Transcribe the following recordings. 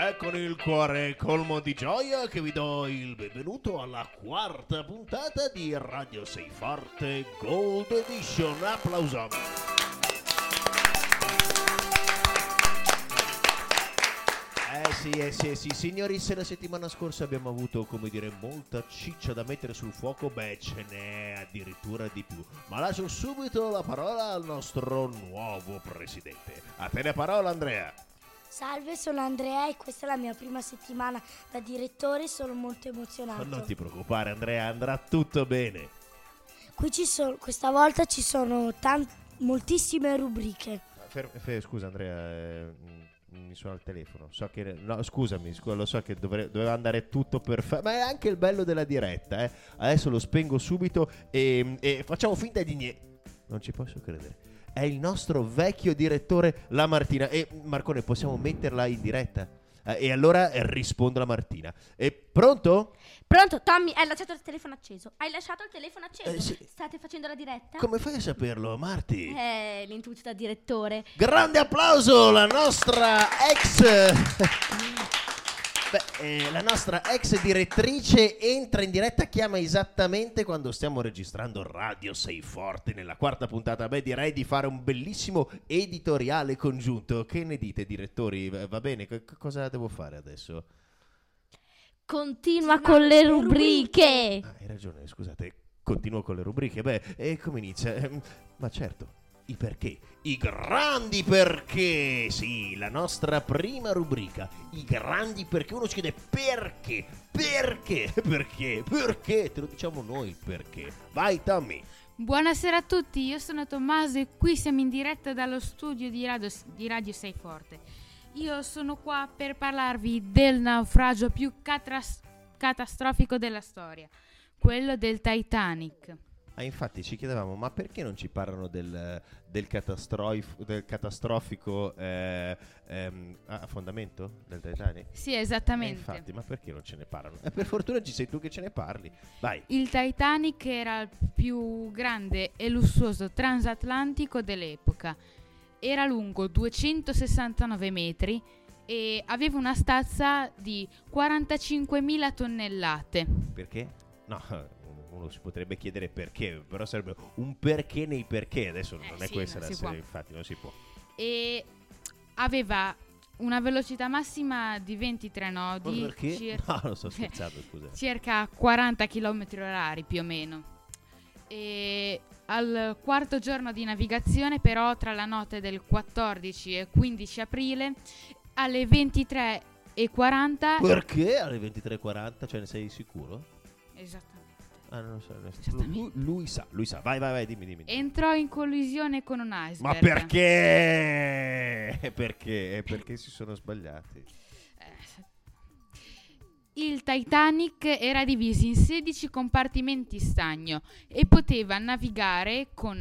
È con il cuore colmo di gioia che vi do il benvenuto alla quarta puntata di Radio Sei Forte Gold Edition. Applauso. Sì, signori, se la settimana scorsa abbiamo avuto, come dire, molta ciccia da mettere sul fuoco, beh, ce n'è addirittura di più. Ma lascio subito la parola al nostro nuovo presidente. A te la parola, Andrea. Salve, sono Andrea e questa è la mia prima settimana da direttore, sono molto emozionato. Non ti preoccupare, Andrea, andrà tutto bene. Questa volta ci sono moltissime rubriche. Scusa, Andrea, mi suona il telefono. So che no, scusami, lo so che doveva andare tutto perfetto, ma è anche il bello della diretta, eh. Adesso lo spengo subito e facciamo finta di niente. Non ci posso credere. È il nostro vecchio direttore, la Martina. E Marcone, possiamo metterla in diretta? E allora rispondo alla Martina. Pronto? Pronto, Tommy, hai lasciato il telefono acceso. Sì. State facendo la diretta? Come fai a saperlo, Marti? L'intuito da direttore. Grande applauso, la nostra la nostra ex direttrice entra in diretta, chiama esattamente quando stiamo registrando Radio Sei Forte nella quarta puntata. Beh, direi di fare un bellissimo editoriale congiunto. Che ne dite, direttori? Va bene? Cosa devo fare adesso? Continua con le rubriche. Hai ragione, scusate, continuo con le rubriche. Beh, e come inizia? Ma certo, i perché, i grandi perché. Sì, la nostra prima rubrica, i grandi perché. Uno si chiede perché, te lo diciamo noi il perché. Vai, Tommy. Buonasera a tutti, io sono Tommaso e qui siamo in diretta dallo studio di Radio Sei Forte. Io sono qua per parlarvi del naufragio più catastrofico della storia, quello del Titanic. Infatti ci chiedevamo, ma perché non ci parlano del catastrofico affondamento del Titanic? Sì, esattamente. Infatti, ma perché non ce ne parlano? Per fortuna ci sei tu che ce ne parli. Vai. Il Titanic era il più grande e lussuoso transatlantico dell'epoca. Era lungo 269 metri e aveva una stazza di 45.000 tonnellate. Perché? No, uno si potrebbe chiedere perché, però sarebbe un perché nei perché. Adesso non è sì, questa non la si può. serie, infatti non si può. E aveva una velocità massima di 23 nodi. Perché? No, non sto scherzando, scusa. Circa 40 km orari più o meno. E al quarto giorno di navigazione, però, tra la notte del 14 e 15 aprile, alle 23:40. Perché alle 23:40? Cioè, ne sei sicuro? Esattamente. Non lo so. Lui sa. Vai, dimmi. Entrò in collisione con un iceberg. Ma perché? Perché si sono sbagliati. Il Titanic era diviso in 16 compartimenti stagno e poteva navigare con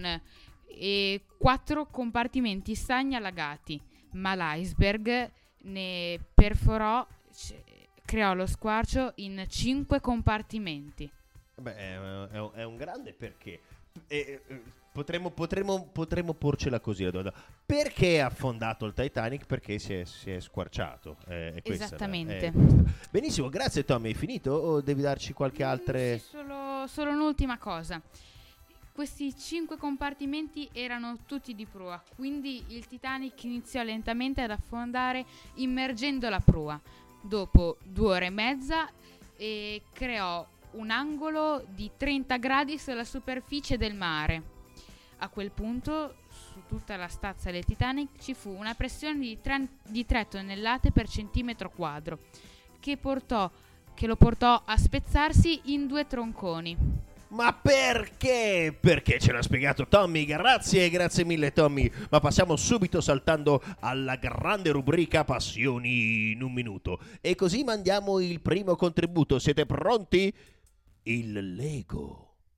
4 compartimenti stagni allagati, ma l'iceberg ne perforò, creò lo squarcio in 5 compartimenti. Beh, è un grande perché. Potremmo porcela così la domanda. Perché è affondato il Titanic? Perché si è squarciato. È questa Esattamente. Benissimo, grazie Tommy. Hai finito o devi darci qualche altra? Sì, solo un'ultima cosa. Questi 5 compartimenti erano tutti di prua, quindi il Titanic iniziò lentamente ad affondare immergendo la prua. Dopo 2 ore e mezza creò un angolo di 30 gradi sulla superficie del mare. A quel punto, su tutta la stazza del Titanic ci fu una pressione di 3 tonnellate per centimetro quadro, che lo portò a spezzarsi in 2 tronconi. Ma perché? Perché ce l'ha spiegato Tommy. Grazie mille Tommy. Ma passiamo subito saltando alla grande rubrica Passioni in un minuto. E così mandiamo il primo contributo. Siete pronti? Il Lego.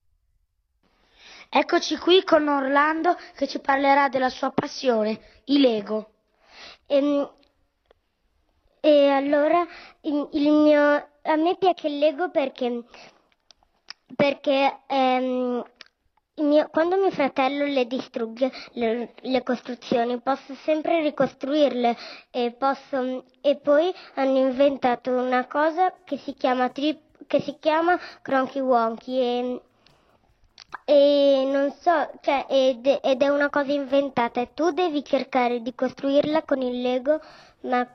Eccoci qui con Orlando che ci parlerà della sua passione, i Lego. E allora a me piace il Lego perché quando mio fratello le distrugge le costruzioni, posso sempre ricostruirle e poi hanno inventato una cosa che si chiama Cronky Wonky e non so, cioè, ed è una cosa inventata e tu devi cercare di costruirla con il Lego, ma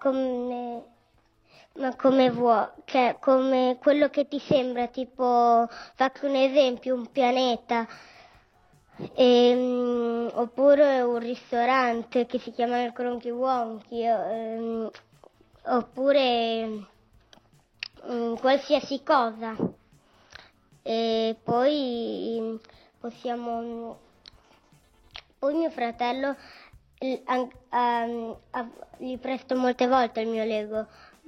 come vuoi, cioè come quello che ti sembra, tipo, faccio un esempio, un pianeta, oppure un ristorante che si chiama il Cronky Wonky, oppure qualsiasi cosa. E poi poi mio fratello gli presto molte volte il mio Lego.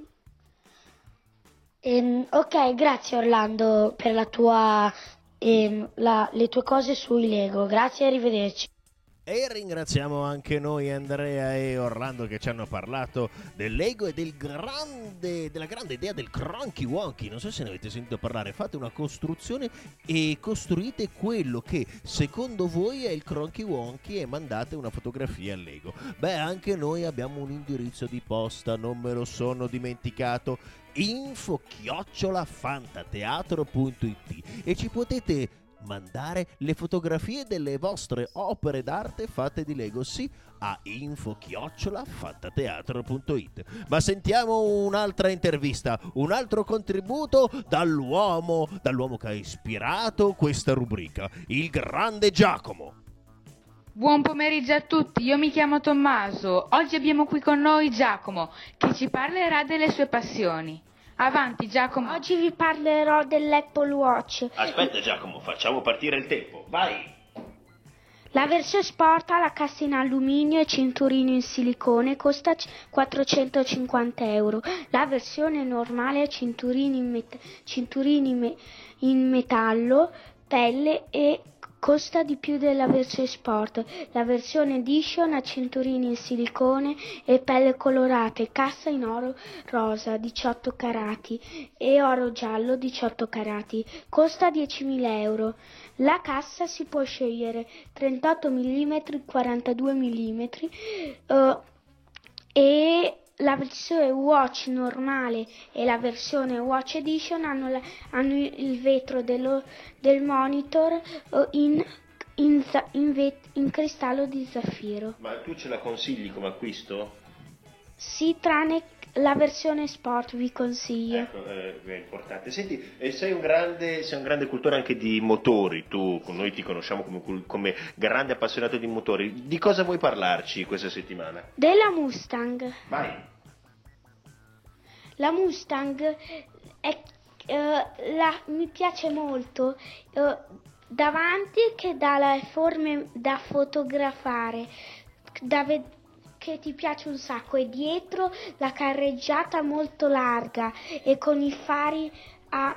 Ok, grazie Orlando per le tue cose sui Lego. Grazie e arrivederci. E ringraziamo anche noi Andrea e Orlando che ci hanno parlato del Lego e della grande idea del Cronky Wonky. Non so se ne avete sentito parlare. Fate una costruzione e costruite quello che secondo voi è il Cronky Wonky e mandate una fotografia al Lego. Beh, anche noi abbiamo un indirizzo di posta, non me lo sono dimenticato, info@fantateatro.it, e ci potete mandare le fotografie delle vostre opere d'arte fatte di Lego, sì, a info@fantateatro.it. Ma sentiamo un'altra intervista, un altro contributo dall'uomo che ha ispirato questa rubrica, il grande Giacomo. Buon pomeriggio a tutti, io mi chiamo Tommaso. Oggi abbiamo qui con noi Giacomo, che ci parlerà delle sue passioni. Avanti Giacomo. Oggi vi parlerò dell'Apple Watch. Aspetta Giacomo, facciamo partire il tempo, vai! La versione sport ha la cassa in alluminio e cinturino in silicone, costa 450 euro. La versione normale ha cinturini in metallo, pelle e costa di più della versione sport. La versione edition ha cinturini in silicone e pelle colorate, cassa in oro rosa 18 carati e oro giallo 18 carati. Costa 10.000 euro. La cassa si può scegliere 38 mm, 42 mm e la versione Watch normale e la versione Watch Edition hanno il vetro del monitor in cristallo di zaffiro. Ma tu ce la consigli come acquisto? Sì, tranne la versione sport vi consiglio. Ecco, è importante. Senti, sei un grande cultore anche di motori, noi ti conosciamo come grande appassionato di motori. Di cosa vuoi parlarci questa settimana? Della Mustang. Vai. La Mustang mi piace molto davanti, che dà le forme da fotografare, che ti piace un sacco, e dietro la carreggiata molto larga e con i fari a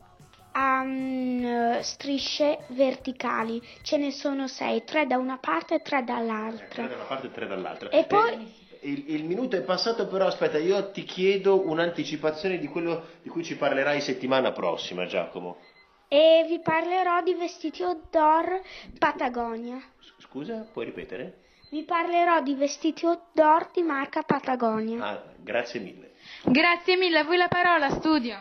strisce verticali. Ce ne sono 6, 3 da una parte e 3 dall'altra. 3 da una parte e 3 dall'altra. E poi il minuto è passato, però aspetta, io ti chiedo un'anticipazione di quello di cui ci parlerai settimana prossima, Giacomo. E vi parlerò di vestiti outdoor Patagonia. Scusa, puoi ripetere? Vi parlerò di vestiti outdoor di marca Patagonia. Ah, grazie mille. Grazie mille, a voi la parola, studio.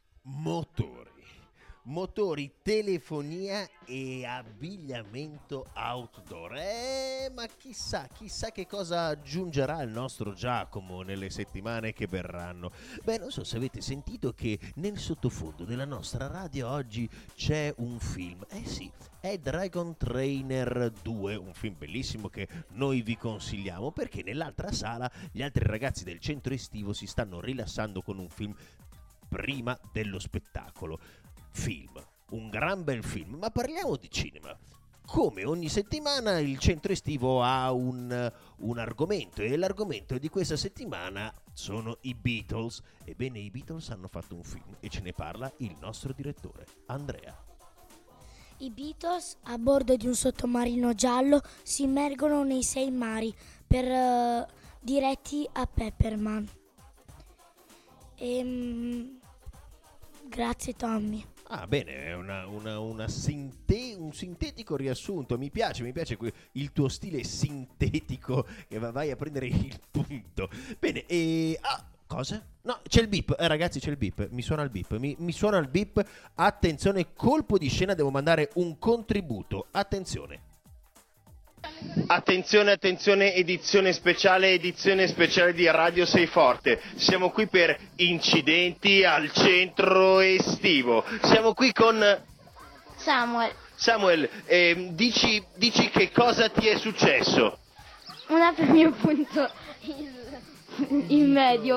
Motori, telefonia e abbigliamento outdoor. Ma chissà che cosa aggiungerà il nostro Giacomo nelle settimane che verranno. Beh, non so se avete sentito che nel sottofondo della nostra radio oggi c'è un film. Sì, è Dragon Trainer 2, un film bellissimo che noi vi consigliamo, perché nell'altra sala gli altri ragazzi del centro estivo si stanno rilassando con un film prima dello spettacolo. Un gran bel film, ma parliamo di cinema. Come ogni settimana il centro estivo ha un argomento, e l'argomento di questa settimana sono i Beatles. Ebbene, i Beatles hanno fatto un film e ce ne parla il nostro direttore, Andrea. I Beatles, a bordo di un sottomarino giallo, si immergono nei 6 mari diretti a Pepperman. Grazie Tommy. Ah, bene, è un sintetico riassunto. Mi piace il tuo stile sintetico che vai a prendere il punto. Bene, cosa? No, c'è il beep, ragazzi, c'è il beep. Mi suona il beep. Mi suona il beep. Attenzione, colpo di scena, devo mandare un contributo. Attenzione. Attenzione, edizione speciale di Radio Sei Forte. Siamo qui per incidenti al centro estivo. Siamo qui con Samuel, dici che cosa ti è successo? Un mio punto in medio.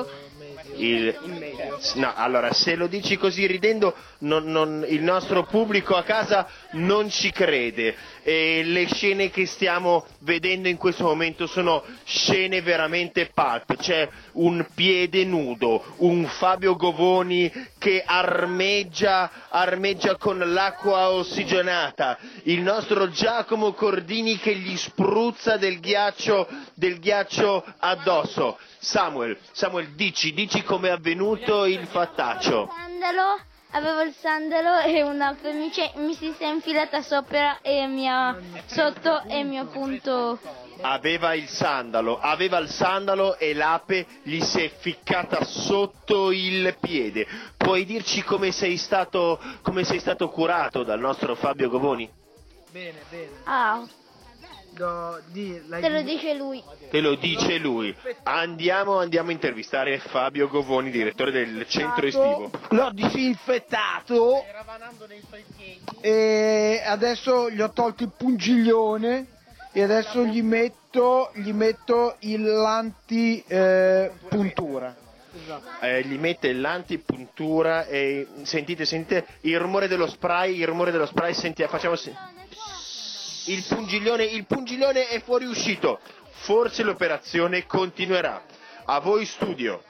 No, allora, se lo dici così ridendo, il nostro pubblico a casa non ci crede. E le scene che stiamo vedendo in questo momento sono scene veramente pulp. C'è un piede nudo, un Fabio Govoni che armeggia con l'acqua ossigenata, il nostro Giacomo Cordini che gli spruzza del ghiaccio addosso. Samuel, dici com'è avvenuto il fattaccio. Avevo il sandalo e una pernice mi si è infilata sopra e sotto e mi ha appunto... Aveva il sandalo e l'ape gli si è ficcata sotto il piede. Puoi dirci come sei stato curato dal nostro Fabio Govoni? Bene. Ah, te lo dice lui. Andiamo a intervistare Fabio Govoni, direttore del centro estivo. L'ho disinfettato e adesso gli ho tolto il pungiglione e adesso gli metto l'antipuntura. Gli mette l'antipuntura e sentite il rumore dello spray, facciamo il pungiglione è fuoriuscito. Forse l'operazione continuerà. A voi studio.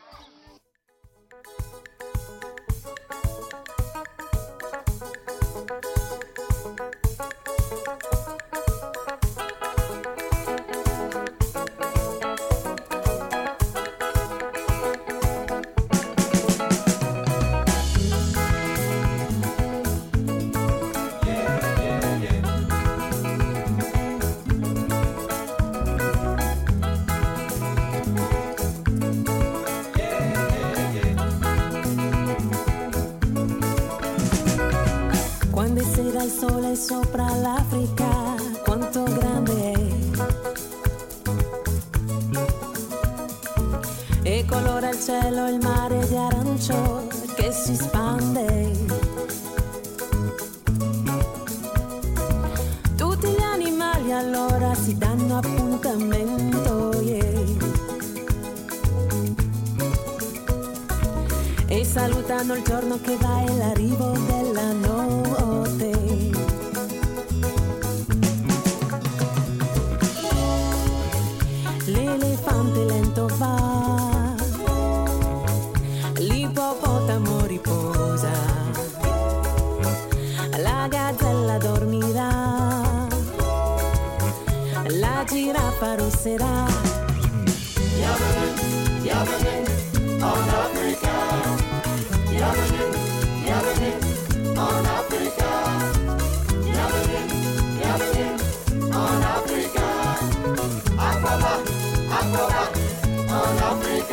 Quando sera il sole sopra l'Africa, quanto grande è. E colora il cielo il mare di arancio che si spande. Tutti gli animali allora si danno appuntamento, e salutano il giorno che va e l'arrivo della notte. L'elefante lento va, l'ippopotamo riposa, la gazzella dormirà, la giraffa russerà. On Africa, on Africa, on Africa, Aquaba, on Africa.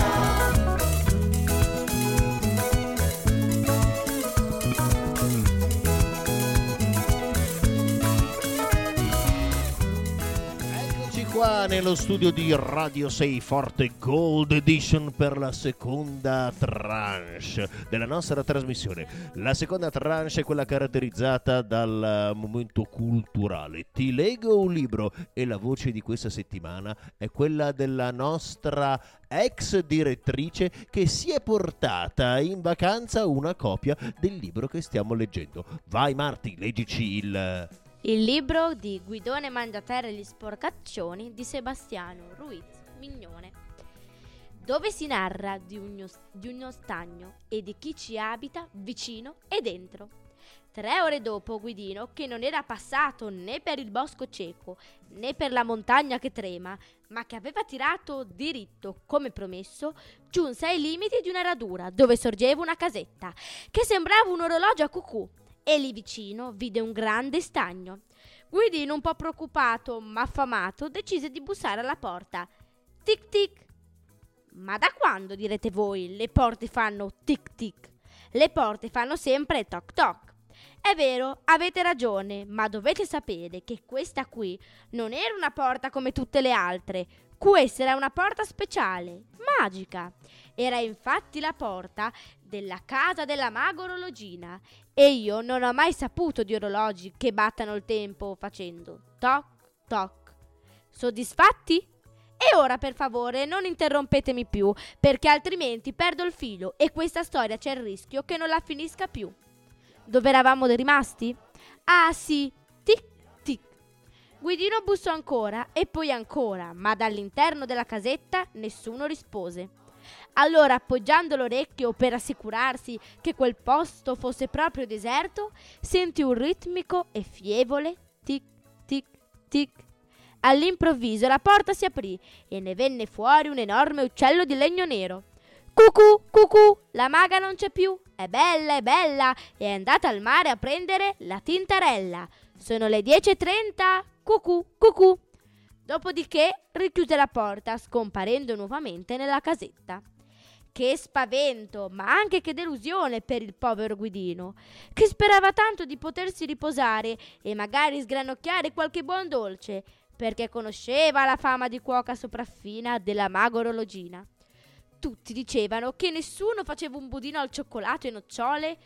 Qua nello studio di Radio Sei Forte Gold Edition per la seconda tranche della nostra trasmissione. La seconda tranche è quella caratterizzata dal momento culturale. Ti leggo un libro e la voce di questa settimana è quella della nostra ex direttrice che si è portata in vacanza una copia del libro che stiamo leggendo. Vai Marti, leggici Il libro di Guidone Mangiaterra e gli sporcaccioni di Sebastiano Ruiz Mignone, dove si narra di uno stagno e di chi ci abita vicino e dentro. 3 ore dopo Guidino, che non era passato né per il bosco cieco né per la montagna che trema, ma che aveva tirato diritto come promesso, giunse ai limiti di una radura dove sorgeva una casetta che sembrava un orologio a cucù. e lì vicino vide un grande stagno. Guidino, un po' preoccupato ma affamato, decise di bussare alla porta. Tic tic. Ma da quando, direte voi, le porte fanno tic tic? Le porte fanno sempre toc toc. È vero, avete ragione, ma dovete sapere che questa qui non era una porta come tutte le altre. Questa era una porta speciale, magica. Era infatti la porta della casa della maga orologina, e io non ho mai saputo di orologi che battano il tempo facendo toc toc. Soddisfatti? E ora, per favore, non interrompetemi più, perché altrimenti perdo il filo e questa storia c'è il rischio che non la finisca più. Dove eravamo rimasti? Ah sì, tic tic. Guidino bussò ancora e poi ancora, ma dall'interno della casetta nessuno rispose. Allora, appoggiando l'orecchio per assicurarsi che quel posto fosse proprio deserto, sentì un ritmico e fievole tic tic tic. All'improvviso la porta si aprì e ne venne fuori un enorme uccello di legno nero. Cucù, cucù, la maga non c'è più, è bella, è andata al mare a prendere la tintarella. Sono le 10:30, cucù, cucù. Dopodiché richiuse la porta, scomparendo nuovamente nella casetta. Che spavento, ma anche che delusione per il povero Guidino, che sperava tanto di potersi riposare e magari sgranocchiare qualche buon dolce, perché conosceva la fama di cuoca sopraffina della maga orologina. Tutti dicevano che nessuno faceva un budino al cioccolato e nocciole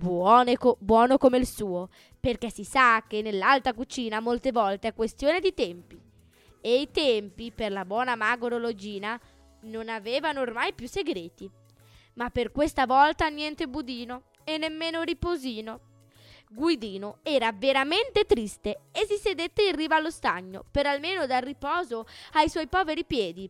buono come il suo, perché si sa che nell'alta cucina molte volte è questione di tempi. E i tempi per la buona maga orologina non avevano ormai più segreti. Ma per questa volta niente budino e nemmeno riposino. Guidino era veramente triste e si sedette in riva allo stagno per almeno dar riposo ai suoi poveri piedi,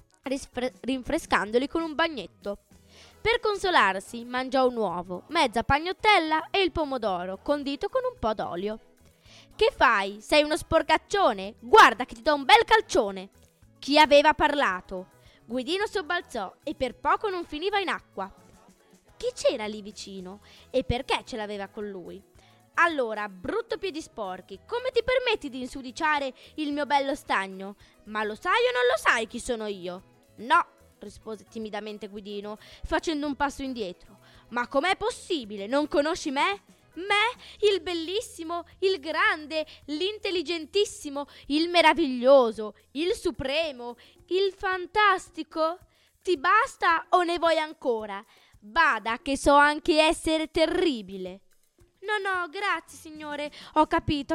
rinfrescandoli con un bagnetto. Per consolarsi mangiò un uovo, mezza pagnottella e il pomodoro condito con un po' d'olio. Che fai? Sei uno sporcaccione? Guarda che ti do un bel calcione! Chi aveva parlato? Guidino sobbalzò e per poco non finiva in acqua. Chi c'era lì vicino e perché ce l'aveva con lui? Allora, brutto piedi sporchi, come ti permetti di insudiciare il mio bello stagno? Ma lo sai o non lo sai chi sono io? No, rispose timidamente Guidino, facendo un passo indietro. Ma com'è possibile? Non conosci me? Me, il bellissimo, il grande, l'intelligentissimo, il meraviglioso, il supremo, il fantastico? Ti basta o ne vuoi ancora? Bada che so anche essere terribile. No, grazie signore, ho capito.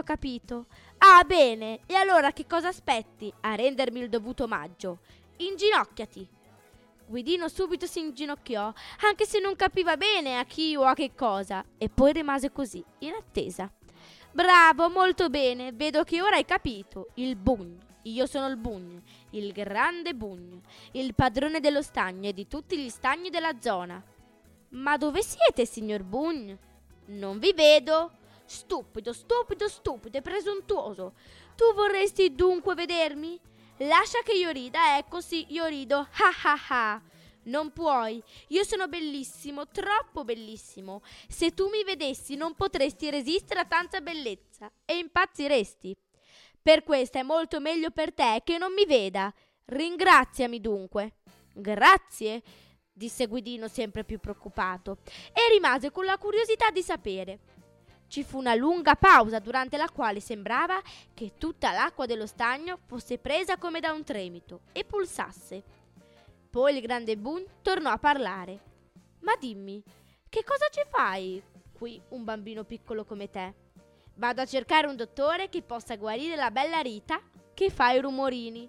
Ah, bene, e allora che cosa aspetti a rendermi il dovuto omaggio? Inginocchiati. Guidino subito si inginocchiò, anche se non capiva bene a chi o a che cosa, e poi rimase così, in attesa. Bravo, molto bene, vedo che ora hai capito. Il Bugno, io sono il Bugno, il grande Bugno, il padrone dello stagno e di tutti gli stagni della zona. Ma dove siete, signor Bugno? Non vi vedo. Stupido e presuntuoso. Tu vorresti dunque vedermi? Lascia che io rida, ecco sì, io rido. Ha. Non puoi, io sono bellissimo, troppo bellissimo. Se tu mi vedessi non potresti resistere a tanta bellezza e impazziresti. Per questo è molto meglio per te che non mi veda. Ringraziami dunque. Grazie, disse Guidino sempre più preoccupato, e rimase con la curiosità di sapere. Ci fu una lunga pausa durante la quale sembrava che tutta l'acqua dello stagno fosse presa come da un tremito e pulsasse. Poi il grande Bugno tornò a parlare. Ma dimmi, che cosa ci fai qui, un bambino piccolo come te? Vado a cercare un dottore che possa guarire la bella Rita che fa i rumorini.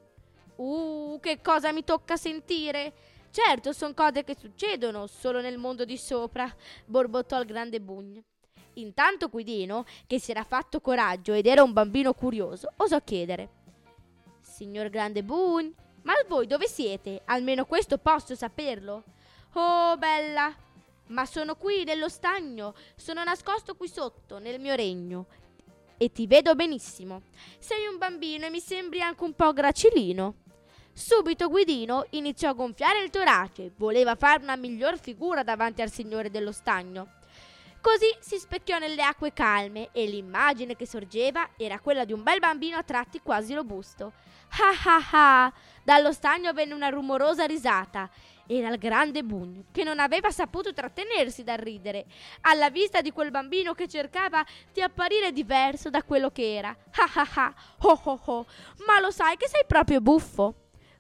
Che cosa mi tocca sentire? Certo, son cose che succedono solo nel mondo di sopra, borbottò il grande Bugno. Intanto Guidino, che si era fatto coraggio ed era un bambino curioso, osò chiedere: Signor grande Bugno, ma voi dove siete? Almeno questo posso saperlo. Oh, bella, ma sono qui nello stagno, sono nascosto qui sotto, nel mio regno, e ti vedo benissimo. Sei un bambino e mi sembri anche un po' gracilino. Subito Guidino iniziò a gonfiare il torace, voleva fare una miglior figura davanti al signore dello stagno. Così si specchiò nelle acque calme e l'immagine che sorgeva era quella di un bel bambino a tratti quasi robusto. Ah ah ah! Dallo stagno venne una rumorosa risata. Era il grande Bugno, che non aveva saputo trattenersi dal ridere alla vista di quel bambino che cercava di apparire diverso da quello che era. Ah ah ah! Oh oh oh! Ma lo sai che sei proprio buffo?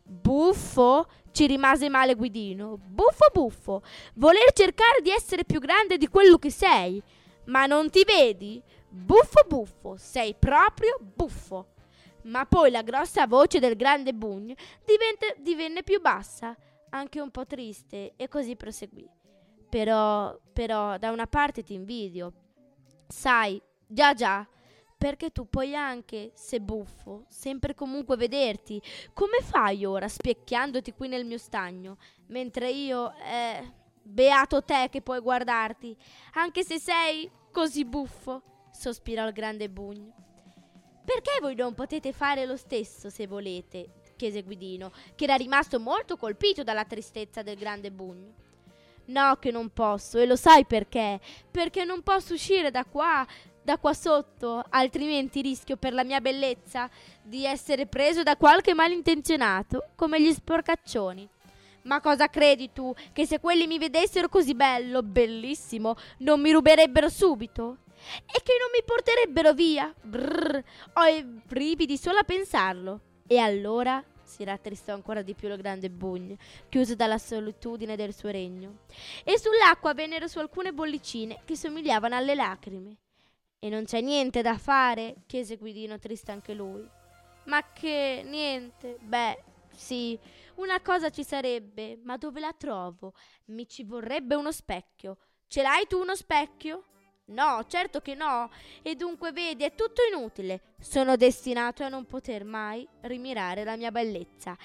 Buffo? Ci rimase male Guidino. Buffo buffo, voler cercare di essere più grande di quello che sei. Ma non ti vedi? Buffo buffo, sei proprio buffo. Ma poi la grossa voce del grande Bugno divenne più bassa, anche un po' triste, e così proseguì. Però, da una parte ti invidio. Sai, già, perché tu puoi anche, se buffo, sempre comunque vederti. Come fai ora, specchiandoti qui nel mio stagno, mentre io, beato te che puoi guardarti, anche se sei così buffo, sospirò il grande Bugno. Perché voi non potete fare lo stesso se volete? Chiese Guidino, che era rimasto molto colpito dalla tristezza del grande Bugno. No, che non posso, e lo sai perché? Perché non posso uscire da qua sotto, altrimenti rischio per la mia bellezza di essere preso da qualche malintenzionato, come gli sporcaccioni. Ma cosa credi tu, che se quelli mi vedessero così bello, bellissimo, non mi ruberebbero subito? E che non mi porterebbero via? Brrr, ho i brividi solo a pensarlo. E allora si rattristò ancora di più il grande Bugno, chiuso dalla solitudine del suo regno. E sull'acqua vennero su alcune bollicine che somigliavano alle lacrime. E non c'è niente da fare? Chiese Guidino, triste anche lui. Ma che niente? Beh, sì, una cosa ci sarebbe, ma dove la trovo? Mi ci vorrebbe uno specchio. Ce l'hai tu uno specchio? No, certo che no. E dunque vedi, è tutto inutile. Sono destinato a non poter mai rimirare la mia bellezza.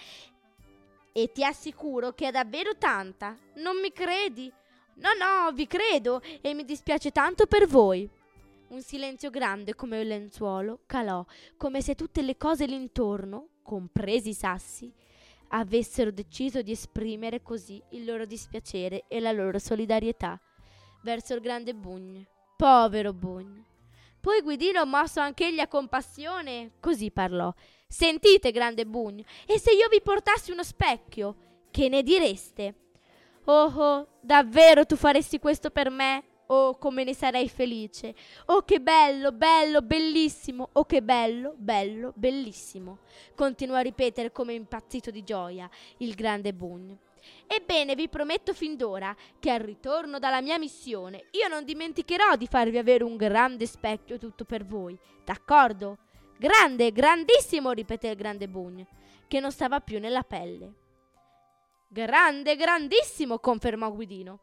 E ti assicuro che è davvero tanta. Non mi credi? No, vi credo e mi dispiace tanto per voi. Un silenzio grande come un lenzuolo calò, come se tutte le cose l'intorno, compresi i sassi, avessero deciso di esprimere così il loro dispiacere e la loro solidarietà verso il grande Bugno. Povero Bugno. Poi Guidino, mosso anch'egli a compassione, così parlò. Sentite, grande Bugno, e se io vi portassi uno specchio, che ne direste? Oh, davvero tu faresti questo per me? Oh, come ne sarei felice! Oh, che bello, bello, bellissimo! Oh, che bello, bello, bellissimo! Continuò a ripetere come impazzito di gioia il grande Bugno. Ebbene, vi prometto fin d'ora che al ritorno dalla mia missione io non dimenticherò di farvi avere un grande specchio tutto per voi, d'accordo? Grande, grandissimo, ripeté il grande Bugno, che non stava più nella pelle. Grande, grandissimo, confermò Guidino.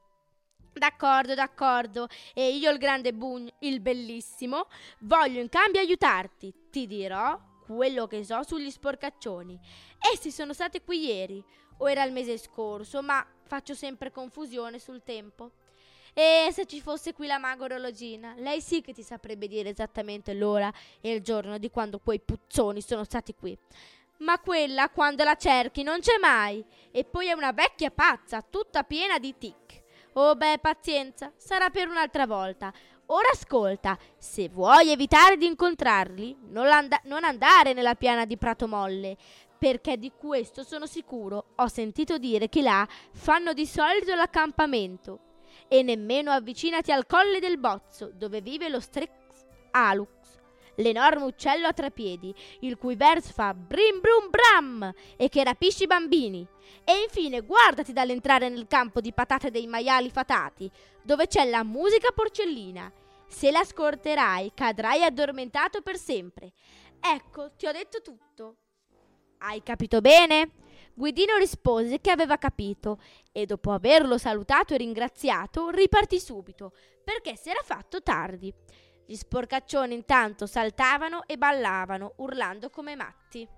D'accordo, e io il grande Bugno, il bellissimo, voglio in cambio aiutarti, ti dirò quello che so sugli sporcaccioni. Essi sono stati qui ieri, o era il mese scorso, ma faccio sempre confusione sul tempo. E se ci fosse qui la maga orologina, lei sì che ti saprebbe dire esattamente l'ora e il giorno di quando quei puzzoni sono stati qui. Ma quella, quando la cerchi, non c'è mai, e poi è una vecchia pazza, tutta piena di tic. Oh beh, pazienza, sarà per un'altra volta. Ora ascolta, se vuoi evitare di incontrarli, non andare nella piana di Prato Molle, perché di questo sono sicuro, ho sentito dire che là fanno di solito l'accampamento. E nemmeno avvicinati al Colle del Bozzo, dove vive lo Strix Alux, l'enorme uccello a tre piedi, il cui verso fa brim brum bram e che rapisce i bambini. E infine guardati dall'entrare nel campo di patate dei maiali fatati, dove c'è la musica porcellina. Se la ascolterai, cadrai addormentato per sempre. Ecco, ti ho detto tutto. Hai capito bene? Guidino rispose che aveva capito e dopo averlo salutato e ringraziato ripartì subito, perché si era fatto tardi. Gli sporcaccioni intanto saltavano e ballavano, urlando come matti.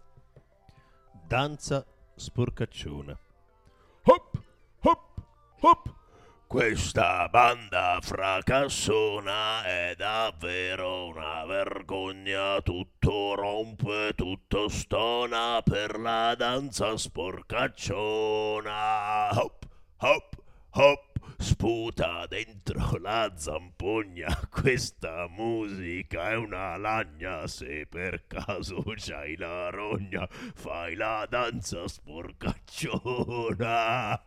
Danza sporcacciona. Hop, hop, hop. Questa banda fracassona è davvero una vergogna, tutto rompe, tutto stona per la danza sporcacciona. Hop, hop, hop, sputa dentro la zampogna. Questa musica è una lagna, se per caso c'hai la rogna, fai la danza sporcacciona.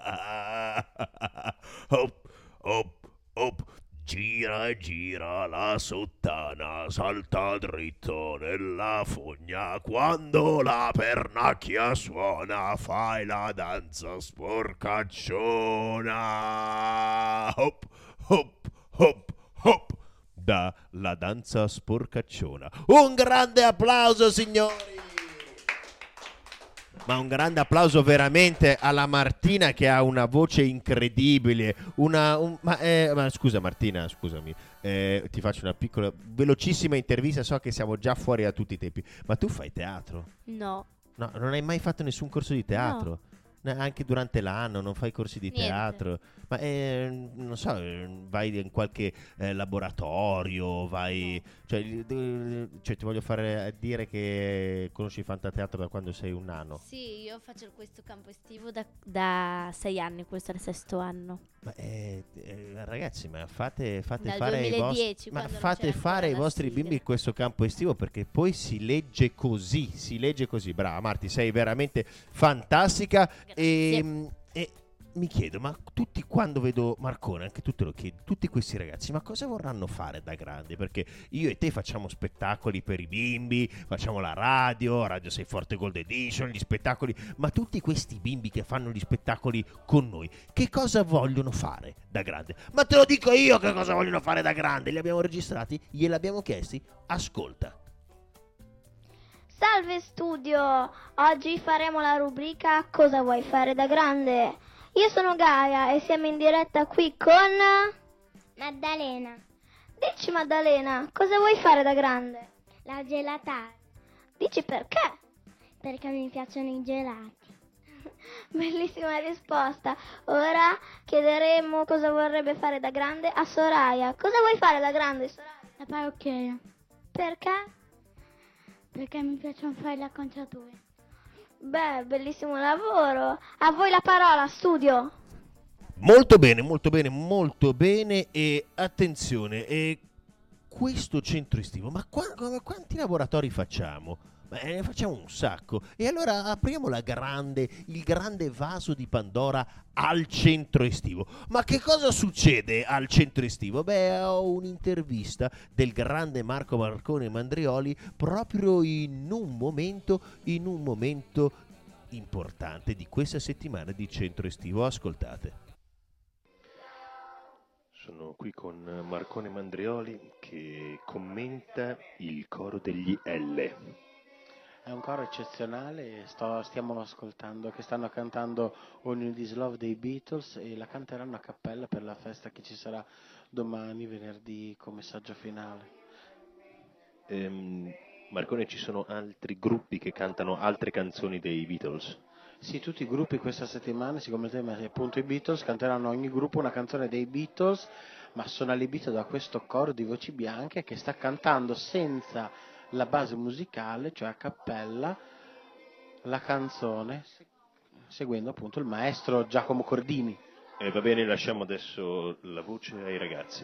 Hop, hop, hop. Gira e gira la sottana, salta dritto nella fogna, quando la pernacchia suona, fai la danza sporcacciona. Hop, hop, hop, hop. La danza sporcacciona. Un grande applauso, signori! Ma un grande applauso veramente alla Martina, che ha una voce incredibile. Ma scusa Martina, scusami, ti faccio una piccola, velocissima intervista. So che siamo già fuori da tutti i tempi, ma tu fai teatro? No. No, non hai mai fatto nessun corso di teatro? No. Anche durante l'anno non fai corsi di Niente. teatro? Ma non so, vai in qualche laboratorio, vai... Cioè, ti voglio fare dire che conosci Fantateatro da quando sei un nano. Sì, io faccio questo campo estivo da 6 anni, questo è il 6º anno. Ma ragazzi, ma fate Dal fare 2010, ma quando non fate c'era fare ancora ai la vostri Sile. bimbi questo campo estivo, perché poi si legge così. Brava Marti, sei veramente fantastica. E mi chiedo, ma tutti, quando vedo Marcone, anche tu te lo chiedi, tutti questi ragazzi, ma cosa vorranno fare da grandi? Perché io e te facciamo spettacoli per i bimbi, facciamo la Radio 6 Forte Gold Edition, gli spettacoli, ma tutti questi bimbi che fanno gli spettacoli con noi, che cosa vogliono fare da grande? Ma te lo dico io che cosa vogliono fare da grande, li abbiamo registrati, gliel'abbiamo chiesti, ascolta. Salve studio, oggi faremo la rubrica Cosa vuoi fare da grande? Io sono Gaia e siamo in diretta qui con Maddalena, Dici Maddalena, cosa vuoi fare da grande? la gelataia, Dici perché? perché mi piacciono i gelati. Bellissima risposta. Ora chiederemo cosa vorrebbe fare da grande a Soraya. Cosa vuoi fare da grande, Soraya? La parrucchiera, Perché? perché mi piacciono fare le acconciature. Beh, bellissimo lavoro. A voi la parola, studio. Molto bene, molto bene, molto bene. E attenzione, questo centro estivo, ma quanti laboratori facciamo? Ne facciamo un sacco. E allora apriamo il grande vaso di Pandora al centro estivo. Ma che cosa succede al centro estivo? Beh, ho un'intervista del grande Marco Marcone Mandrioli proprio in un momento importante di questa settimana di centro estivo. Ascoltate. Sono qui con Marcone Mandrioli che commenta il coro degli L. È un coro eccezionale, stiamo ascoltando, che stanno cantando All You Need Is Love dei Beatles e la canteranno a cappella per la festa che ci sarà domani, venerdì, come messaggio finale. Marcone, ci sono altri gruppi che cantano altre canzoni dei Beatles? Sì, tutti i gruppi questa settimana, siccome il tema è appunto i Beatles, canteranno ogni gruppo una canzone dei Beatles, ma sono allibito da questo coro di voci bianche che sta cantando senza la base musicale, cioè a cappella, la canzone, seguendo appunto il maestro Giacomo Cordini. Va bene, lasciamo adesso la voce ai ragazzi.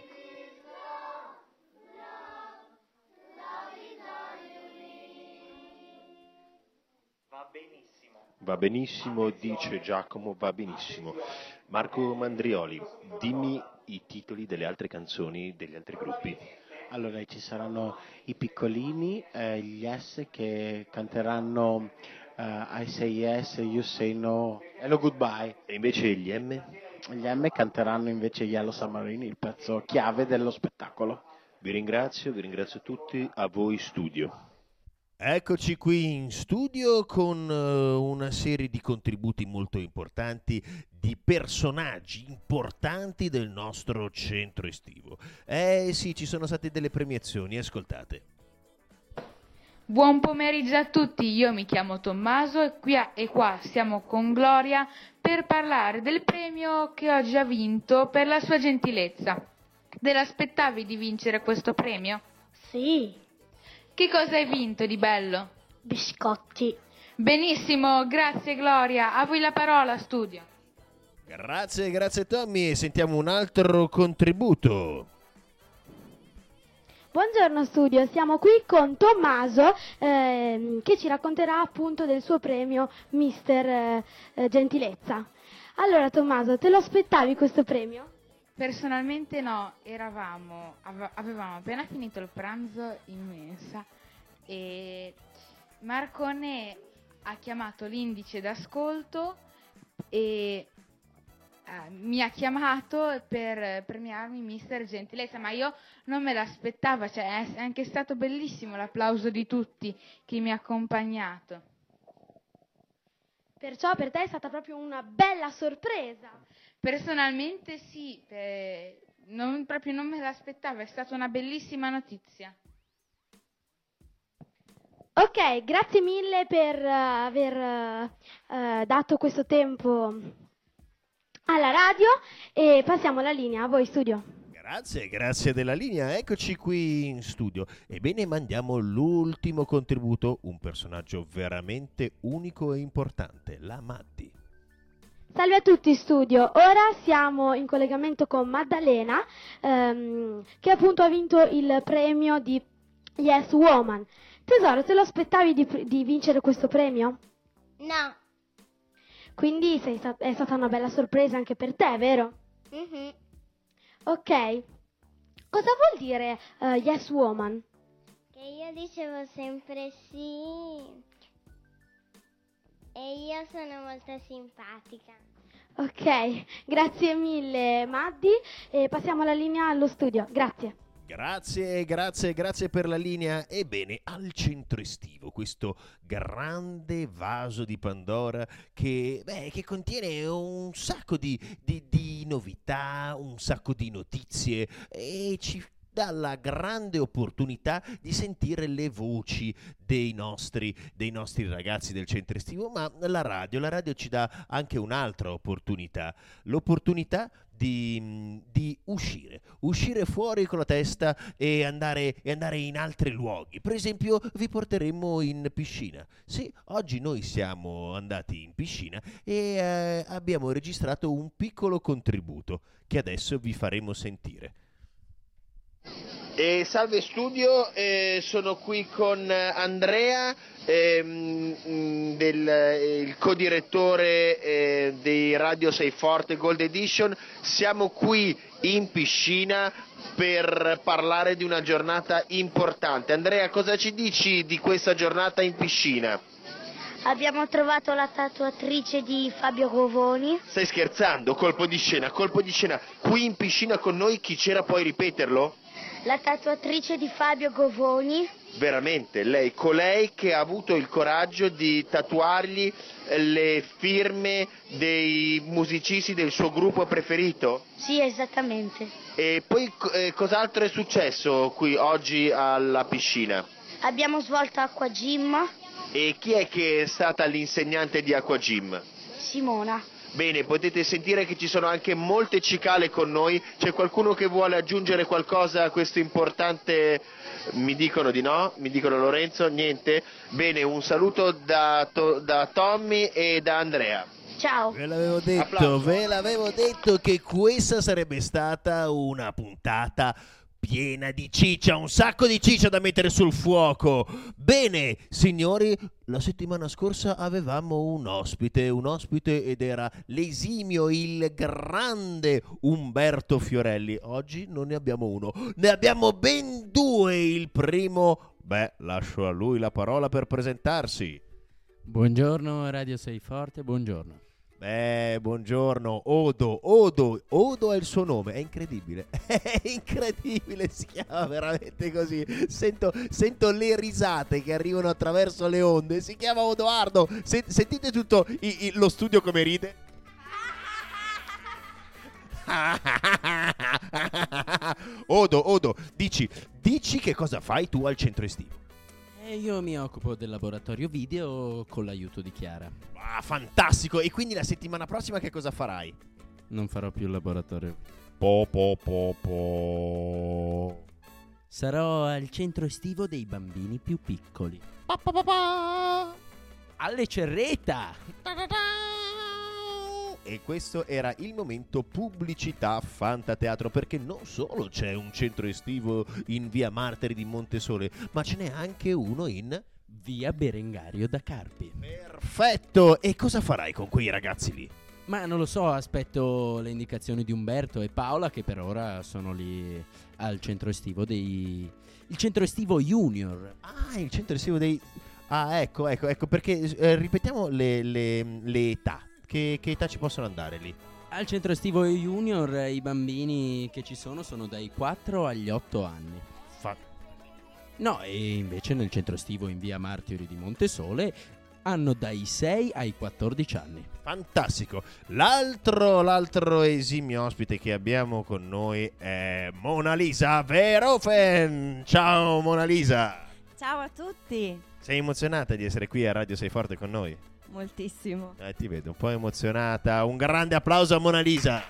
Va benissimo, dice Giacomo, va benissimo. Marco Mandrioli, dimmi i titoli delle altre canzoni degli altri gruppi. Allora, ci saranno i piccolini, gli S che canteranno I Say Yes, You Say No, Hello Goodbye. E invece gli M? Gli M canteranno invece Yellow Submarine, il pezzo chiave dello spettacolo. Vi ringrazio tutti, a voi studio. Eccoci qui in studio con una serie di contributi molto importanti di personaggi importanti del nostro centro estivo. Sì, ci sono state delle premiazioni, ascoltate. Buon pomeriggio a tutti, io mi chiamo Tommaso e qua siamo con Gloria per parlare del premio che oggi ha vinto per la sua gentilezza. Te l'aspettavi di vincere questo premio? Sì. Che cosa hai vinto di bello? Biscotti. Benissimo, grazie Gloria. A voi la parola, studio. Grazie Tommy. Sentiamo un altro contributo. Buongiorno studio, siamo qui con Tommaso che ci racconterà appunto del suo premio Mister Gentilezza. Allora Tommaso, te lo aspettavi questo premio? Personalmente no, avevamo appena finito il pranzo in mensa e Marcone ha chiamato l'indice d'ascolto e mi ha chiamato per premiarmi Mister Gentilezza, ma io non me l'aspettavo, cioè è anche stato bellissimo l'applauso di tutti che mi ha accompagnato. Perciò per te è stata proprio una bella sorpresa. Personalmente sì, non me l'aspettavo, è stata una bellissima notizia. Ok, grazie mille per aver dato questo tempo alla radio e passiamo la linea a voi studio. Grazie della linea, eccoci qui in studio. Ebbene, mandiamo l'ultimo contributo, un personaggio veramente unico e importante, la Maddi. Salve a tutti studio, ora siamo in collegamento con Maddalena che appunto ha vinto il premio di Yes Woman. Tesoro, te lo aspettavi di vincere questo premio? No. Quindi è stata una bella sorpresa anche per te, vero? Mm-hmm. Ok, cosa vuol dire Yes Woman? Che io dicevo sempre sì e io sono molto simpatica. Ok, grazie mille Maddi e passiamo la linea allo studio, grazie. Grazie per la linea. Ebbene, al centro estivo, questo grande vaso di Pandora che contiene un sacco di novità, un sacco di notizie e ci dà la grande opportunità di sentire le voci dei nostri ragazzi del centro estivo, ma la radio ci dà anche un'altra opportunità, l'opportunità di uscire fuori con la testa e andare in altri luoghi. Per esempio vi porteremo in piscina. Sì, oggi noi siamo andati in piscina e abbiamo registrato un piccolo contributo che adesso vi faremo sentire. Salve studio, sono qui con Andrea, il codirettore di Radio Sei Forte Gold Edition. Siamo qui in piscina per parlare di una giornata importante. Andrea, cosa ci dici di questa giornata in piscina? Abbiamo trovato la tatuatrice di Fabio Govoni. Stai scherzando? Colpo di scena. Qui in piscina con noi chi c'era, puoi ripeterlo? La tatuatrice di Fabio Govoni. Veramente, colei che ha avuto il coraggio di tatuargli le firme dei musicisti del suo gruppo preferito? Sì, esattamente. E poi cos'altro è successo qui oggi alla piscina? Abbiamo svolto Acqua Gym. E chi è che è stata l'insegnante di Acqua Gym? Simona. Bene, potete sentire che ci sono anche molte cicale con noi. C'è qualcuno che vuole aggiungere qualcosa a questo importante... Mi dicono di no? Mi dicono Lorenzo? Niente? Bene, un saluto da Tommy e da Andrea. Ciao. Ve l'avevo detto che questa sarebbe stata una puntata piena di ciccia, un sacco di ciccia da mettere sul fuoco. Bene, signori, la settimana scorsa avevamo un ospite ed era l'esimio, il grande Umberto Fiorelli. Oggi non ne abbiamo uno, ne abbiamo ben due. Il primo, lascio a lui la parola per presentarsi. Buongiorno Radio Sei Forte, buongiorno. Buongiorno, Odo è il suo nome, è incredibile, si chiama veramente così, sento le risate che arrivano attraverso le onde, si chiama Odoardo, sentite tutto lo studio come ride. Odo, dici che cosa fai tu al centro estivo? Io mi occupo del laboratorio video con l'aiuto di Chiara. Fantastico! E quindi la settimana prossima che cosa farai? Non farò più il laboratorio. Sarò al centro estivo dei bambini più piccoli. Alle Cerreta! e questo era il momento pubblicità Fantateatro, perché non solo c'è un centro estivo in via Martiri di Montesole, ma ce n'è anche uno in via Berengario da Carpi. Perfetto! E cosa farai con quei ragazzi lì? Ma non lo so, aspetto le indicazioni di Umberto e Paola, che per ora sono lì al centro estivo il centro estivo Junior. Ah, il centro estivo dei... Ah, ecco, perché ripetiamo le età. Che età ci possono andare lì? Al centro estivo Junior i bambini che ci sono dai 4 agli 8 anni. No, e invece nel centro estivo in via Martiri di Montesole hanno dai 6 ai 14 anni. Fantastico. L'altro esimio ospite che abbiamo con noi è Mona Lisa Verofen. Ciao Mona Lisa. Ciao a tutti. Sei emozionata di essere qui a Radio Sei Forte con noi? Moltissimo. Ti vedo un po' emozionata. Un grande applauso a Mona Lisa.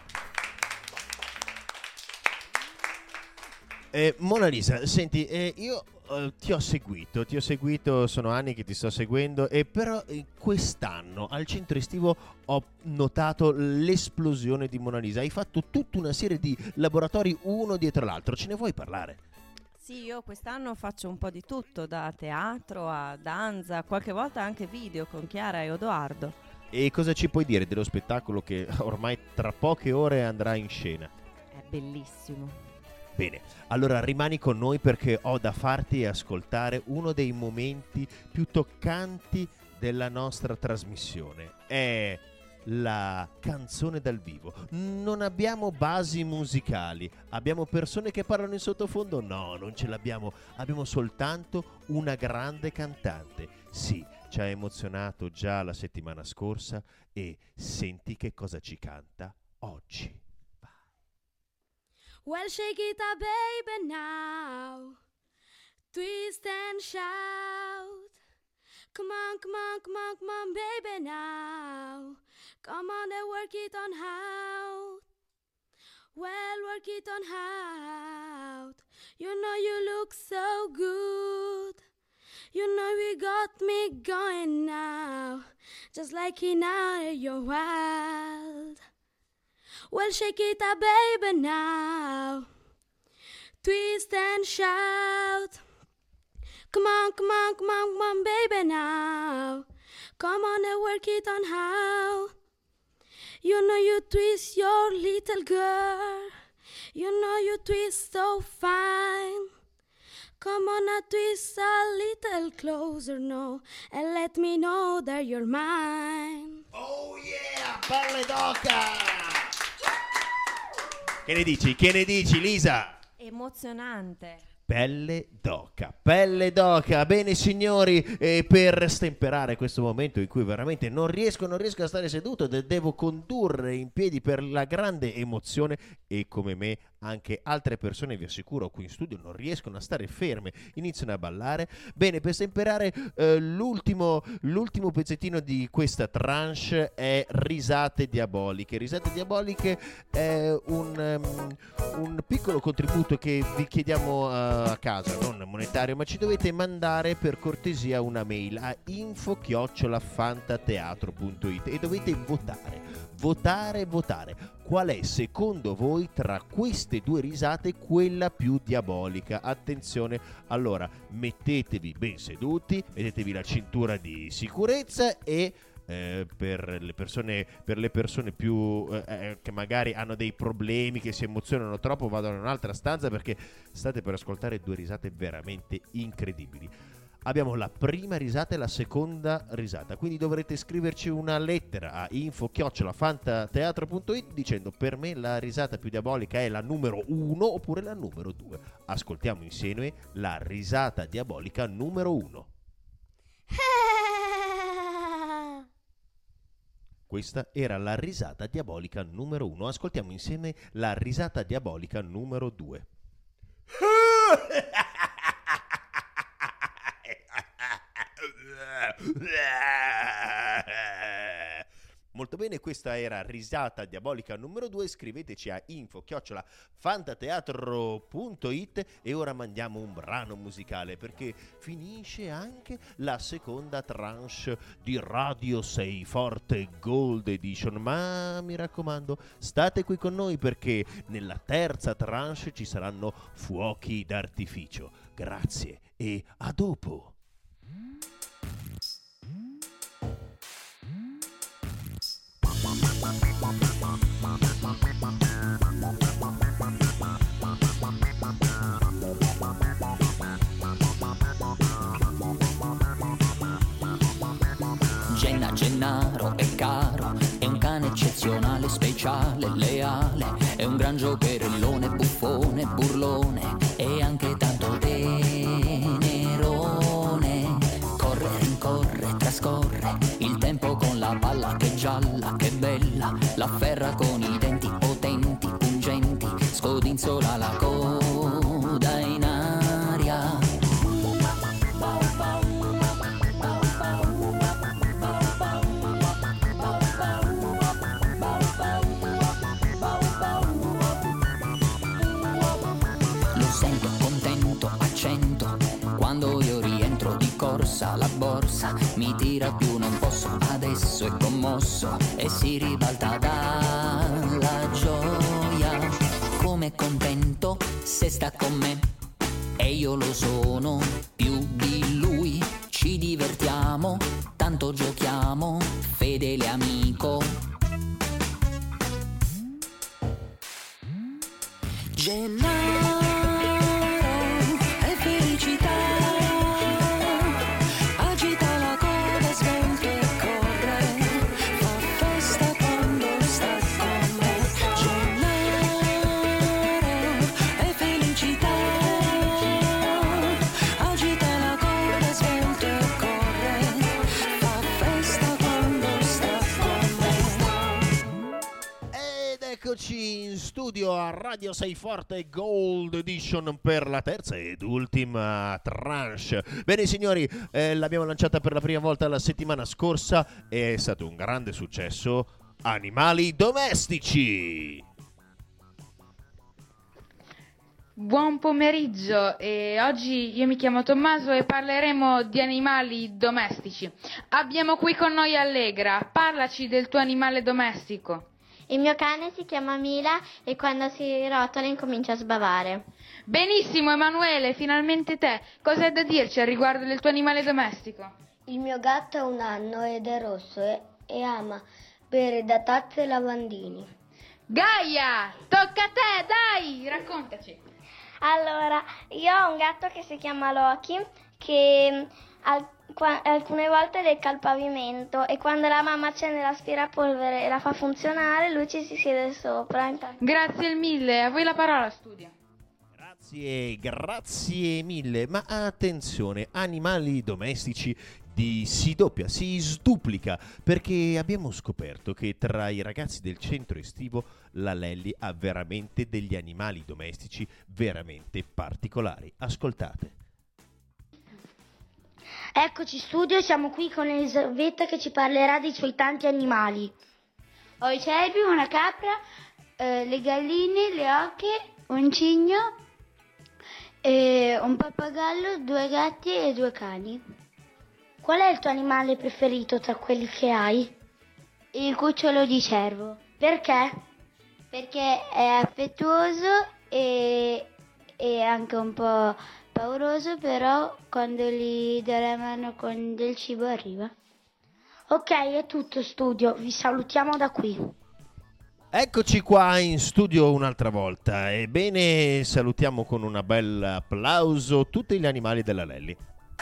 Mona Lisa, senti, io ti ho seguito, sono anni che ti sto seguendo, e però quest'anno al centro estivo ho notato l'esplosione di Mona Lisa. Hai fatto tutta una serie di laboratori uno dietro l'altro, ce ne vuoi parlare? Sì, io quest'anno faccio un po' di tutto, da teatro a danza, qualche volta anche video con Chiara e Odoardo. E cosa ci puoi dire dello spettacolo che ormai tra poche ore andrà in scena? È bellissimo. Bene, allora rimani con noi perché ho da farti ascoltare uno dei momenti più toccanti della nostra trasmissione. È la canzone dal vivo. Non abbiamo basi musicali, abbiamo persone che parlano in sottofondo? No, non ce l'abbiamo. Abbiamo soltanto una grande cantante. Sì, ci ha emozionato già la settimana scorsa e senti che cosa ci canta oggi. Well, shake it up, baby, now. Twist and shout. Come on, come on, come on, come on, baby, now. Come on and work it on out. Well, work it on out. You know you look so good. You know you got me going now. Just like in you're wild. Well, shake it up, baby, now. Twist and shout. Come on, come on, come on, come on, baby, now. Come on and work it on how. You know you twist your little girl. You know you twist so fine. Come on and twist a little closer, no, and let me know that you're mine. Oh yeah, pelle d'oca! Che ne dici, Lisa? Emozionante. Pelle d'oca. Bene signori, per stemperare questo momento in cui veramente non riesco a stare seduto, devo condurre in piedi per la grande emozione, e come me anche altre persone, vi assicuro, qui in studio non riescono a stare ferme, iniziano a ballare. Bene, per stemperare l'ultimo pezzettino di questa tranche è Risate Diaboliche. Risate Diaboliche è un piccolo contributo che vi chiediamo a casa, non monetario, ma ci dovete mandare per cortesia una mail a info@fantateatro.it e dovete votare qual è secondo voi tra queste due risate quella più diabolica. Attenzione, allora mettetevi ben seduti, mettetevi la cintura di sicurezza e per le persone più che magari hanno dei problemi, che si emozionano troppo, vadano in un'altra stanza perché state per ascoltare due risate veramente incredibili. Abbiamo la prima risata e la seconda risata, quindi dovrete scriverci una lettera a info@fantateatro.it dicendo: per me la risata più diabolica è la numero 1 oppure la numero 2. Ascoltiamo insieme la risata diabolica numero 1. Questa era la risata diabolica numero 1. Ascoltiamo insieme la risata diabolica numero 2. Molto bene, questa era Risata Diabolica numero 2. Scriveteci a info@fantateatro.it e ora mandiamo un brano musicale perché finisce anche la seconda tranche di Radio Sei Forte Gold Edition, ma mi raccomando state qui con noi perché nella terza tranche ci saranno fuochi d'artificio. Grazie e a dopo. Gennaro è caro, è un cane eccezionale, speciale, leale, è un gran giocherellone, buffone, burlone e anche tanto tenerone. Corre, rincorre, trascorre il tempo con la palla che è gialla, che bella, l'afferra con i denti potenti, pungenti, scodinzola la coda in aria. Quando io rientro di corsa, la borsa mi tira più, non posso, adesso è commosso e si ribalta dalla gioia. Come contento se sta con me e io lo sono più di lui. Ci divertiamo, tanto giochiamo, fedele amico. Gennaro è felicità, agita la coda, svelto e corre, fa festa quando sta con me. Gennaro è felicità, agita la coda, svelto e corre, fa festa quando sta con me. Ed eccoci in studio a Radio Sei Forte Gold Edition per la terza ed ultima tranche. Bene signori, l'abbiamo lanciata per la prima volta la settimana scorsa e è stato un grande successo. Animali domestici. Buon pomeriggio, e oggi io mi chiamo Tommaso e parleremo di animali domestici. Abbiamo qui con noi Allegra, parlaci del tuo animale domestico. Il mio cane si chiama Mila e quando si rotola incomincia a sbavare. Benissimo Emanuele, finalmente te. Cosa hai da dirci al riguardo del tuo animale domestico? Il mio gatto ha 1 anno ed è rosso e ama bere da tazze e lavandini. Gaia, tocca a te, dai, raccontaci. Allora, io ho un gatto che si chiama Loki che alcune volte lecca il pavimento e quando la mamma accende l'aspirapolvere e la fa funzionare lui ci si siede sopra. Grazie mille, a voi la parola studio. Grazie mille, ma attenzione, animali domestici si doppia, si sduplica, perché abbiamo scoperto che tra i ragazzi del centro estivo la Lelli ha veramente degli animali domestici veramente particolari. Ascoltate. Eccoci studio, siamo qui con Elisabetta che ci parlerà dei suoi tanti animali. Ho i cervi, una capra, le galline, le oche, un cigno, un pappagallo, 2 gatti e 2 cani. Qual è il tuo animale preferito tra quelli che hai? Il cucciolo di cervo. Perché? Perché è affettuoso e anche un po' pauroso, però quando gli do la mano con del cibo arriva. Ok, è tutto studio, vi salutiamo da qui. Eccoci qua in studio un'altra volta. Ebbene, salutiamo con un bel applauso tutti gli animali della Lelli.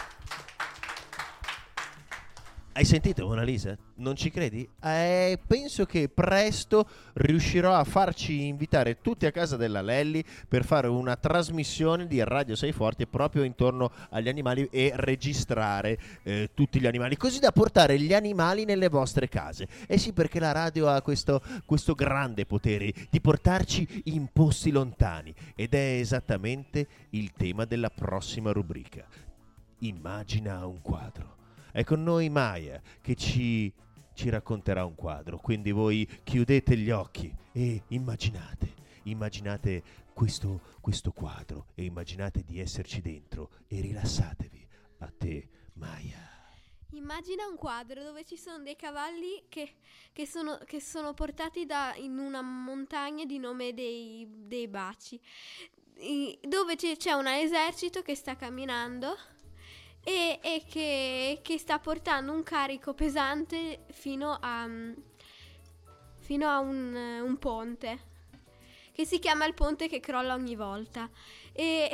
Hai sentito, Monalisa? Non ci credi? Penso che presto riuscirò a farci invitare tutti a casa della Lelli per fare una trasmissione di Radio Sei Forti proprio intorno agli animali e registrare tutti gli animali, così da portare gli animali nelle vostre case. Eh sì, perché la radio ha questo grande potere di portarci in posti lontani ed è esattamente il tema della prossima rubrica. Immagina un quadro. È con noi Maya che ci ci racconterà un quadro. Quindi voi chiudete gli occhi e immaginate questo quadro e immaginate di esserci dentro e rilassatevi. A te, Maya. Immagina un quadro dove ci sono dei cavalli che sono portati in una montagna di nome dei baci, dove c'è un esercito che sta camminando e che sta portando un carico pesante fino a un ponte che si chiama il ponte che crolla ogni volta e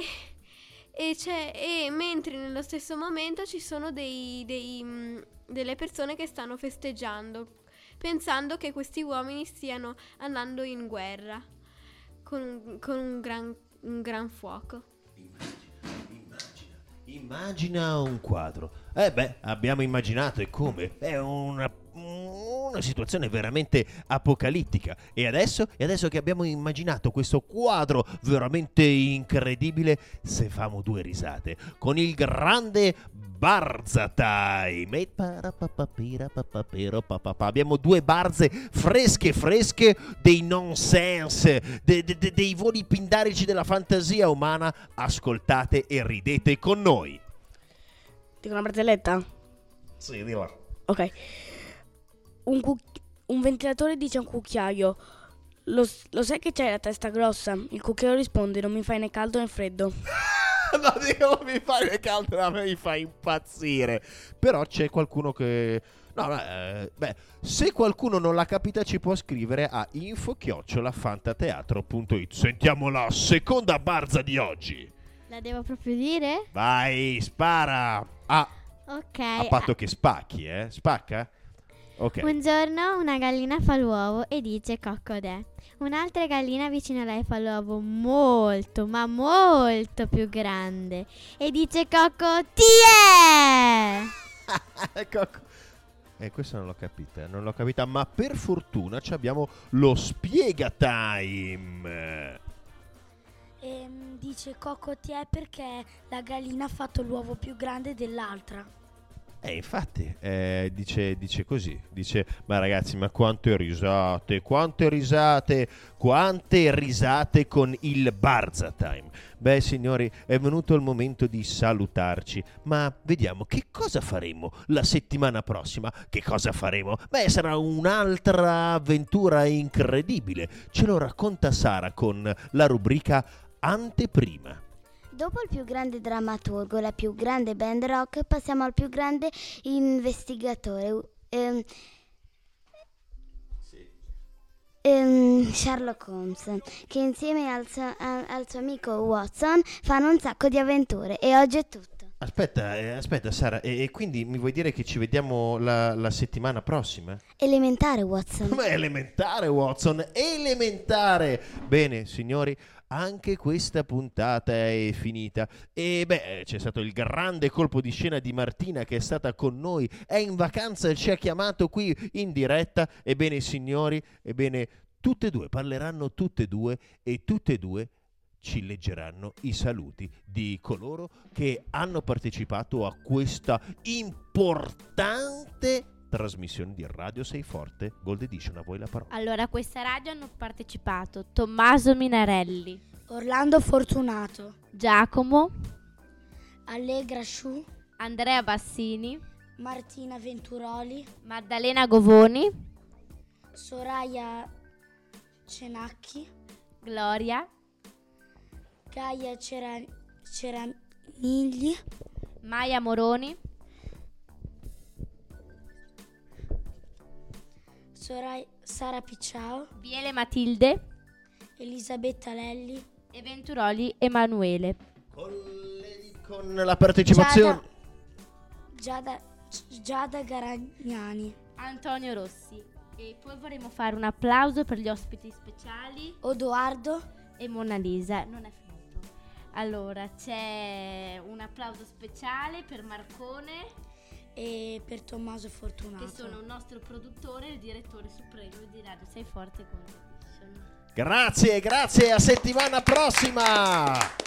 mentre nello stesso momento ci sono delle persone che stanno festeggiando, pensando che questi uomini stiano andando in guerra con un gran fuoco. Immagina un quadro. Abbiamo immaginato, e come? È una situazione veramente apocalittica. E adesso che abbiamo immaginato questo quadro veramente incredibile, se famo due risate con il grande Barza Time. Abbiamo due barze fresche dei nonsense, dei voli pindarici della fantasia umana. Ascoltate e ridete con noi. Dico una barzelletta? Sì, dilla. Ok. Un ventilatore dice a un cucchiaio: lo sai che c'hai la testa grossa? Il cucchiaio risponde: non mi fai né caldo né freddo. No, Dio, mi fai né caldo, a me mi fa impazzire. Però c'è qualcuno che... se qualcuno non l'ha capita ci può scrivere a info@fantateatro.it. Sentiamo la seconda barza di oggi. La devo proprio dire? Vai, spara. Ok. A patto che spacchi, Spacca? Ok. Un giorno una gallina fa l'uovo e dice coccodè. Un'altra gallina vicino a lei fa l'uovo molto, ma molto più grande e dice cocco tiè! Cocco. Questa non l'ho capita, ma per fortuna abbiamo lo spiega time. Dice cocco tiè perché la gallina ha fatto l'uovo più grande dell'altra. Infatti, dice così, ma ragazzi, ma quante risate con il Barza Time. Signori, è venuto il momento di salutarci, ma vediamo che cosa faremo la settimana prossima. Che cosa faremo? Sarà un'altra avventura incredibile. Ce lo racconta Sara con la rubrica Anteprima. Dopo il più grande drammaturgo, la più grande band rock, passiamo al più grande investigatore, Sherlock Holmes, che insieme al suo amico Watson fanno un sacco di avventure. E oggi è tutto. Aspetta Sara, e quindi mi vuoi dire che ci vediamo la settimana prossima? Elementare, Watson. Ma elementare, Watson, elementare! Bene, signori, anche questa puntata è finita e c'è stato il grande colpo di scena di Martina, che è stata con noi, è in vacanza e ci ha chiamato qui in diretta. Ebbene signori, tutte e due parleranno, tutte e due ci leggeranno i saluti di coloro che hanno partecipato a questa importante trasmissione di Radio Sei Forte Gold Edition. A voi la parola. Allora, a questa radio hanno partecipato Tommaso Minarelli, Orlando Fortunato, Giacomo, Allegra Sciù, Andrea Bassini, Martina Venturoli, Maddalena Govoni, Soraya Cenacchi, Gloria, Gaia Ceranigli, Maia Moroni, Sara Picciao, Biele Matilde, Elisabetta Lelli e Venturoli Emanuele. Con la partecipazione Giada Garagnani, Antonio Rossi. E poi vorremmo fare un applauso per gli ospiti speciali Odoardo e Mona Lisa. Non è finito. Allora, c'è un applauso speciale per Marcone e per Tommaso Fortunato, che sono il nostro produttore e il direttore supremo di Radio Sei Forte Gold Edition. Grazie, a settimana prossima.